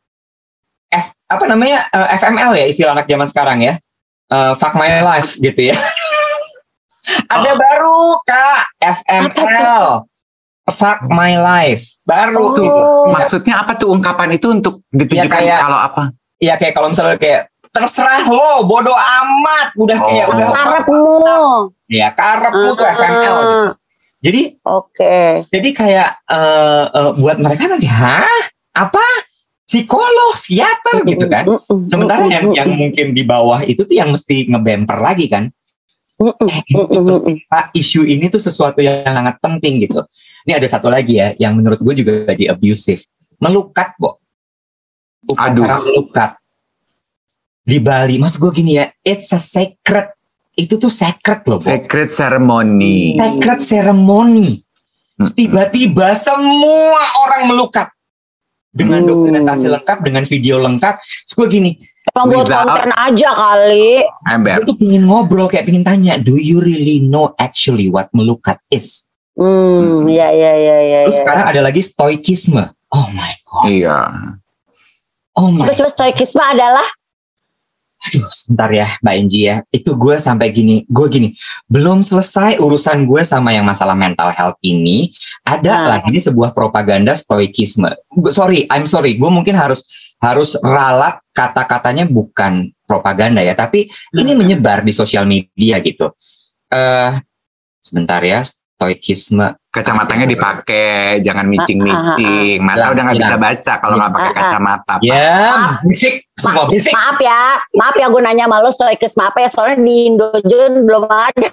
FML ya istilah anak zaman sekarang ya. Fuck my life gitu ya. Ada baru Kak, FML, fuck my life, baru tuh. Maksudnya apa tuh ungkapan itu untuk ditujukan ya kalau apa? Iya kayak kalau misalnya kayak terserah lo, bodoh amat, udah kayak udah karepmu. Iya karepmu tuh FML gitu. Jadi jadi kayak buat mereka nanti apa? Psikolog, psikiater gitu kan. Sementara yang mungkin di bawah itu tuh yang mesti ngebemper lagi kan. Isu ini tuh sesuatu yang sangat penting gitu. Ini ada satu lagi ya yang menurut gue juga jadi abusive. Melukat, upacara melukat di Bali. Maksud gue gini ya, it's a sacred. Itu tuh sacred loh, sacred ceremony. Sacred ceremony. Tiba-tiba semua orang melukat dengan dokumentasi lengkap, dengan video lengkap. Terus gue gini, emang buat konten aja kali. Gue tuh pengen ngobrol, kayak pengen tanya, do you really know actually what melukat is? Iya. Terus sekarang ada lagi stoikisme. Oh my god. Iya. Oh my. Coba stoikisme adalah? Aduh, sebentar ya, Mbak Enji ya. Itu gue sampai gini, belum selesai urusan gue sama yang masalah mental health ini. Ada lagi sebuah propaganda stoikisme. I'm sorry, gue mungkin harus ralat kata-katanya bukan propaganda ya, tapi ini menyebar di sosial media gitu. Sebentar ya, stoikisme. Kacamatanya dipakai, jangan micing-micing. Mata udah nggak bisa baca kalau nggak pakai kacamata. Ya, bisik, semua bisik. Maaf ya, gue nanya sama lo stoikisme apa ya, soalnya di Indojon belum ada.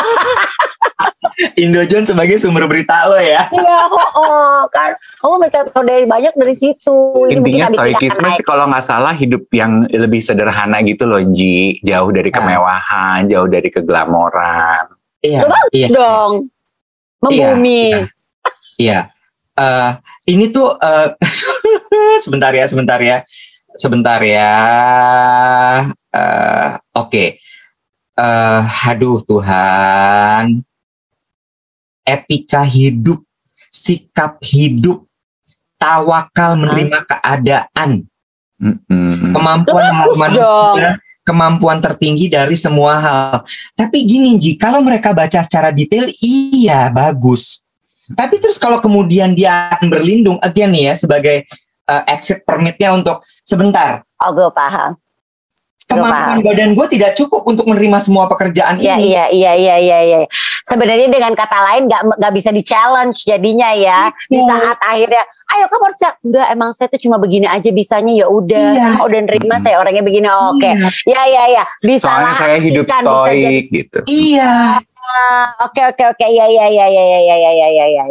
Indojon sebagai sumber berita lo ya. Iya, kan. Kamu baca banyak dari situ. Intinya stoikisme sih kalau nggak salah hidup yang lebih sederhana gitu loh, Ji. Jauh dari kemewahan, jauh dari keglamoran. Iya, bagus dong. Membumi. Iya. Ini tuh sebentar ya. Oke. Aduh Tuhan. Etika hidup, sikap hidup, tawakal menerima keadaan. Kemampuan manusia, kemampuan tertinggi dari semua hal. Tapi gini Ji, kalau mereka baca secara detail, iya bagus. Tapi terus kalau kemudian dia akan berlindung, again ya, sebagai exit permitnya untuk sebentar. Oh, gue paham. kemampuan badan gue tidak cukup untuk menerima semua pekerjaan ini. Iya. Sebenarnya dengan kata lain nggak bisa di challenge jadinya ya. Di saat akhirnya, ayo kamu harus enggak, emang saya tuh cuma begini aja bisanya, ya udah. Udah nerima saya orangnya begini. Oke. Ya. Soalnya saya hidup stoik gitu. Iya. Oke. Iya.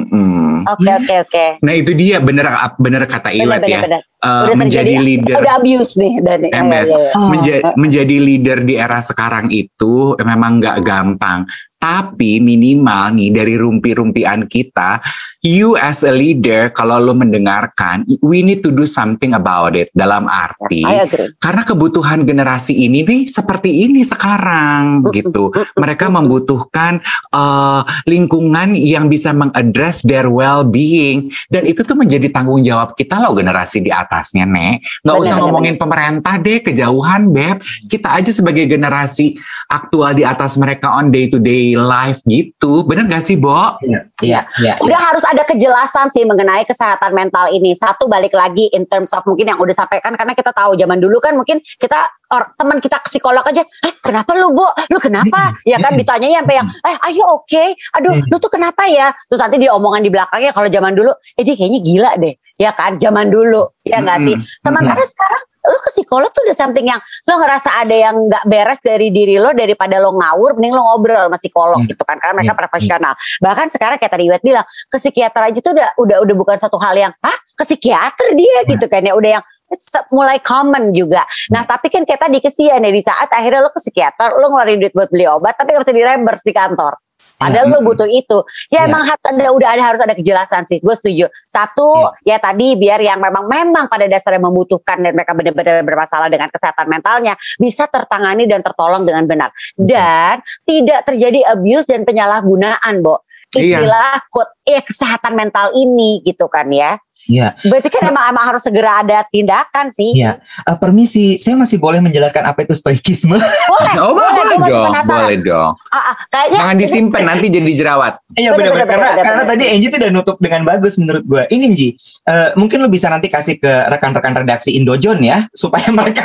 Oke. Nah itu dia bener kata Iwet ya. Menjadi leader. Udah abuse nih Dani. Menjadi leader di era sekarang itu memang nggak gampang. Tapi minimal nih dari rumpi-rumpian kita, you as a leader kalau lo mendengarkan, we need to do something about it. Dalam arti, karena kebutuhan generasi ini nih seperti ini sekarang gitu. Mereka membutuhkan lingkungan yang bisa mengaddress their well-being. Dan itu tuh menjadi tanggung jawab kita loh generasi di atasnya, Nek. Nggak usah ngomongin pemerintah deh, kejauhan, Beb. Kita aja sebagai generasi aktual di atas mereka on day-to-day life gitu. Bener gak sih, Bo? Iya. Udah harus ada kejelasan sih mengenai kesehatan mental ini. Satu, balik lagi in terms of mungkin yang udah sampaikan, karena kita tahu zaman dulu kan mungkin kita teman kita psikolog aja, kenapa lu, Bo? Lu kenapa? Ya kan ditanyanya sampai yang, are you okay? Aduh, lu tuh kenapa ya? Terus nanti dia omongan di belakangnya kalau zaman dulu, dia kayaknya gila deh. Ya kan, zaman dulu. Ya gak sih? Sementara sekarang lo ke psikolog tuh udah something yang lo ngerasa ada yang nggak beres dari diri lo, daripada lo ngawur, mending lo ngobrol sama psikolog gitu kan, karena mereka profesional. Bahkan sekarang kayak tadi Iwet bilang, ke psikiater aja tuh udah bukan satu hal yang ke psikiater dia gitu kan ya, udah yang mulai common juga. Nah tapi kan kayak tadi kesian ya, di saat akhirnya lo ke psikiater, lo ngeluarin duit buat beli obat tapi harus di reimburse di kantor. Padahal lo butuh itu. Ya emang harus ada kejelasan sih. Gue setuju. Satu, ya tadi biar yang memang pada dasarnya membutuhkan dan mereka benar-benar bermasalah dengan kesehatan mentalnya bisa tertangani dan tertolong dengan benar. Dan tidak terjadi abuse dan penyalahgunaan, Bo. Istilah kesehatan mental ini gitu kan ya. Iya. Berarti kan emang harus segera ada tindakan sih. Iya. Permisi, saya masih boleh menjelaskan apa itu stoikisme? Boleh dong. Jangan disimpan nanti jadi jerawat. Iya benar. Karena tadi Angie tuh udah nutup dengan bagus menurut gue. Ini Angie, mungkin lo bisa nanti kasih ke rekan-rekan redaksi Indojon ya, supaya mereka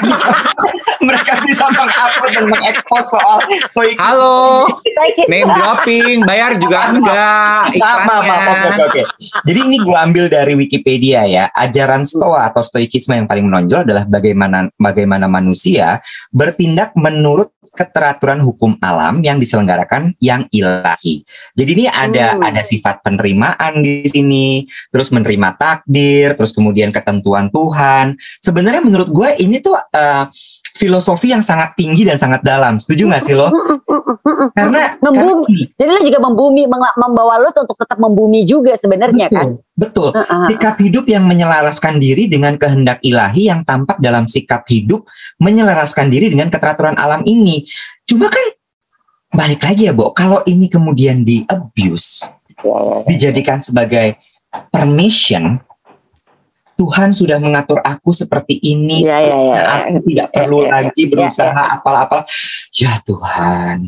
bisa mengupload dan mengekspos soal stoikisme. Halo, name dropping, bayar juga enggak iklannya. Oke. Jadi ini gue ambil dari Wikipedia ya. Ajaran Stoa atau stoikisme yang paling menonjol adalah bagaimana manusia bertindak menurut keteraturan hukum alam yang diselenggarakan yang ilahi. Jadi ini ada sifat penerimaan di sini, terus menerima takdir, terus kemudian ketentuan Tuhan. Sebenarnya menurut gue ini tuh filosofi yang sangat tinggi dan sangat dalam. Setuju gak sih lo? Karena jadi lo juga membawa lo untuk tetap membumi juga sebenarnya kan? Betul. Sikap hidup yang menyelaraskan diri dengan kehendak ilahi yang tampak dalam sikap hidup menyelaraskan diri dengan keteraturan alam ini. Cuma kan balik lagi ya, Bo, kalau ini kemudian di abuse, dijadikan sebagai permission, Tuhan sudah mengatur aku seperti ini, aku tidak perlu lagi berusaha apa-apa. Ya Tuhan,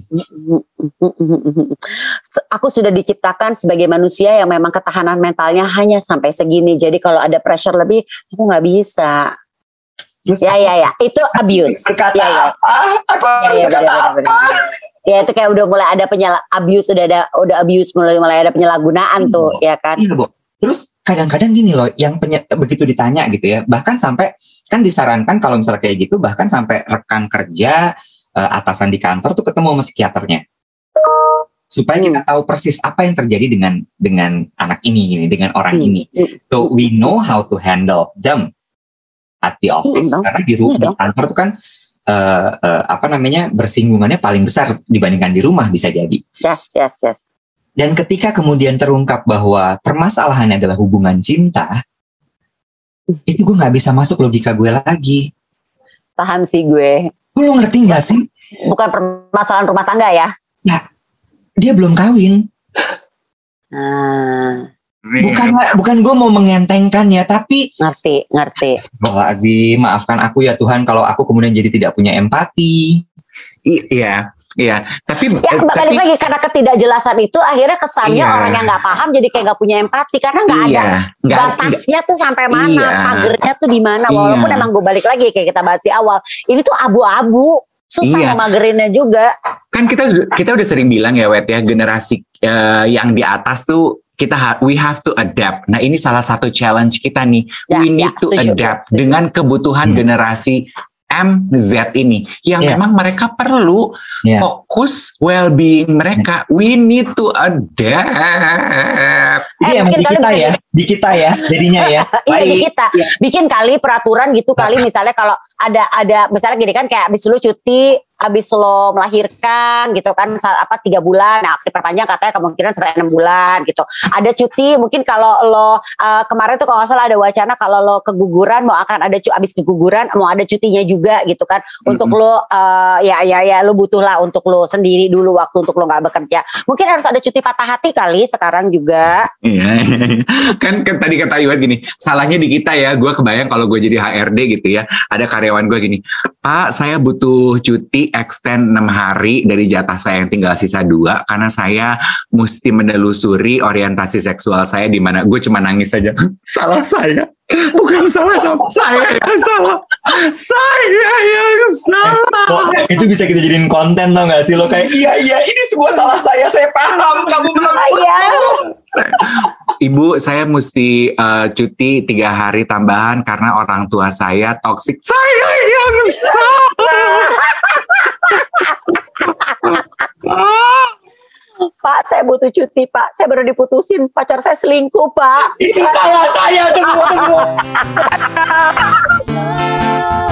aku sudah diciptakan sebagai manusia yang memang ketahanan mentalnya hanya sampai segini. Jadi kalau ada pressure lebih, aku nggak bisa. Terus itu abuse. Aku berkata apa? Ya itu kayak udah mulai ada abuse, udah abuse, mulai ada penyalahgunaan tuh, ya kan? Iya, Bu. Terus kadang-kadang gini loh, yang begitu ditanya gitu ya, bahkan sampai kan disarankan kalau misalnya kayak gitu, bahkan sampai rekan kerja, atasan di kantor tuh ketemu sama psikiaternya, supaya kita tahu persis apa yang terjadi dengan anak ini, dengan orang ini. So we know how to handle them at the office, karena di kantor tuh kan bersinggungannya paling besar dibandingkan di rumah bisa jadi. Yes. Dan ketika kemudian terungkap bahwa permasalahannya adalah hubungan cinta, itu gue gak bisa masuk logika gue lagi. Paham sih gue. Lo ngerti gak sih? Bukan permasalahan rumah tangga ya? Ya, dia belum kawin. Bukan gue mau mengentengkan ya, tapi ngerti. Maafkan aku ya Tuhan kalau aku kemudian jadi tidak punya empati. Iya. Tapi balik lagi karena ketidakjelasan itu akhirnya kesannya orang yang nggak paham jadi kayak nggak punya empati karena nggak ada batasnya tuh sampai mana, pagernya tuh di mana. Walaupun emang gue balik lagi kayak kita bahas di awal, ini tuh abu-abu, susah memagerinnya juga. Kan kita udah sering bilang ya, Wet ya, generasi yang di atas tuh we have to adapt. Nah, ini salah satu challenge kita nih. We need to adapt dengan kebutuhan generasi M, Z ini yang memang mereka perlu fokus well-being mereka. We need to adapt. Iya, di kita ya jadinya ya. Iya, di kita. Bikin kali peraturan gitu kali, misalnya kalau ada misalnya gini kan, kayak abis lu cuti, abis lo melahirkan gitu kan 3 bulan, nah diperpanjang katanya kemungkinan sampai 6 bulan gitu. Ada cuti mungkin kalau lo kemarin tuh kalau nggak salah ada wacana kalau lo keguguran mau akan ada abis keguguran mau ada cutinya juga gitu kan, untuk lo ya lo butuh lah untuk lo sendiri dulu waktu untuk lo nggak bekerja. Mungkin harus ada cuti patah hati kali sekarang juga. Iya. kan tadi kata Iwan gini, salahnya di kita ya. Gue kebayang kalau gue jadi HRD gitu ya, ada karyawan gue gini, Pak saya butuh cuti extend 6 hari dari jatah saya yang tinggal sisa 2 karena saya mesti menelusuri orientasi seksual saya di mana. Gue cuma nangis saja. Salah saya. Bukan salah kamu, saya yang salah. Saya yang salah. Itu bisa kita jadiin konten tau gak sih lo, kayak iya ini semua salah saya paham, kamu belum. Ibu, saya mesti cuti 3 hari tambahan karena orang tua saya toksik. Saya yang salah. Pak, saya butuh cuti, Pak. Saya baru diputusin, pacar saya selingkuh, Pak. Itu salah saya semua.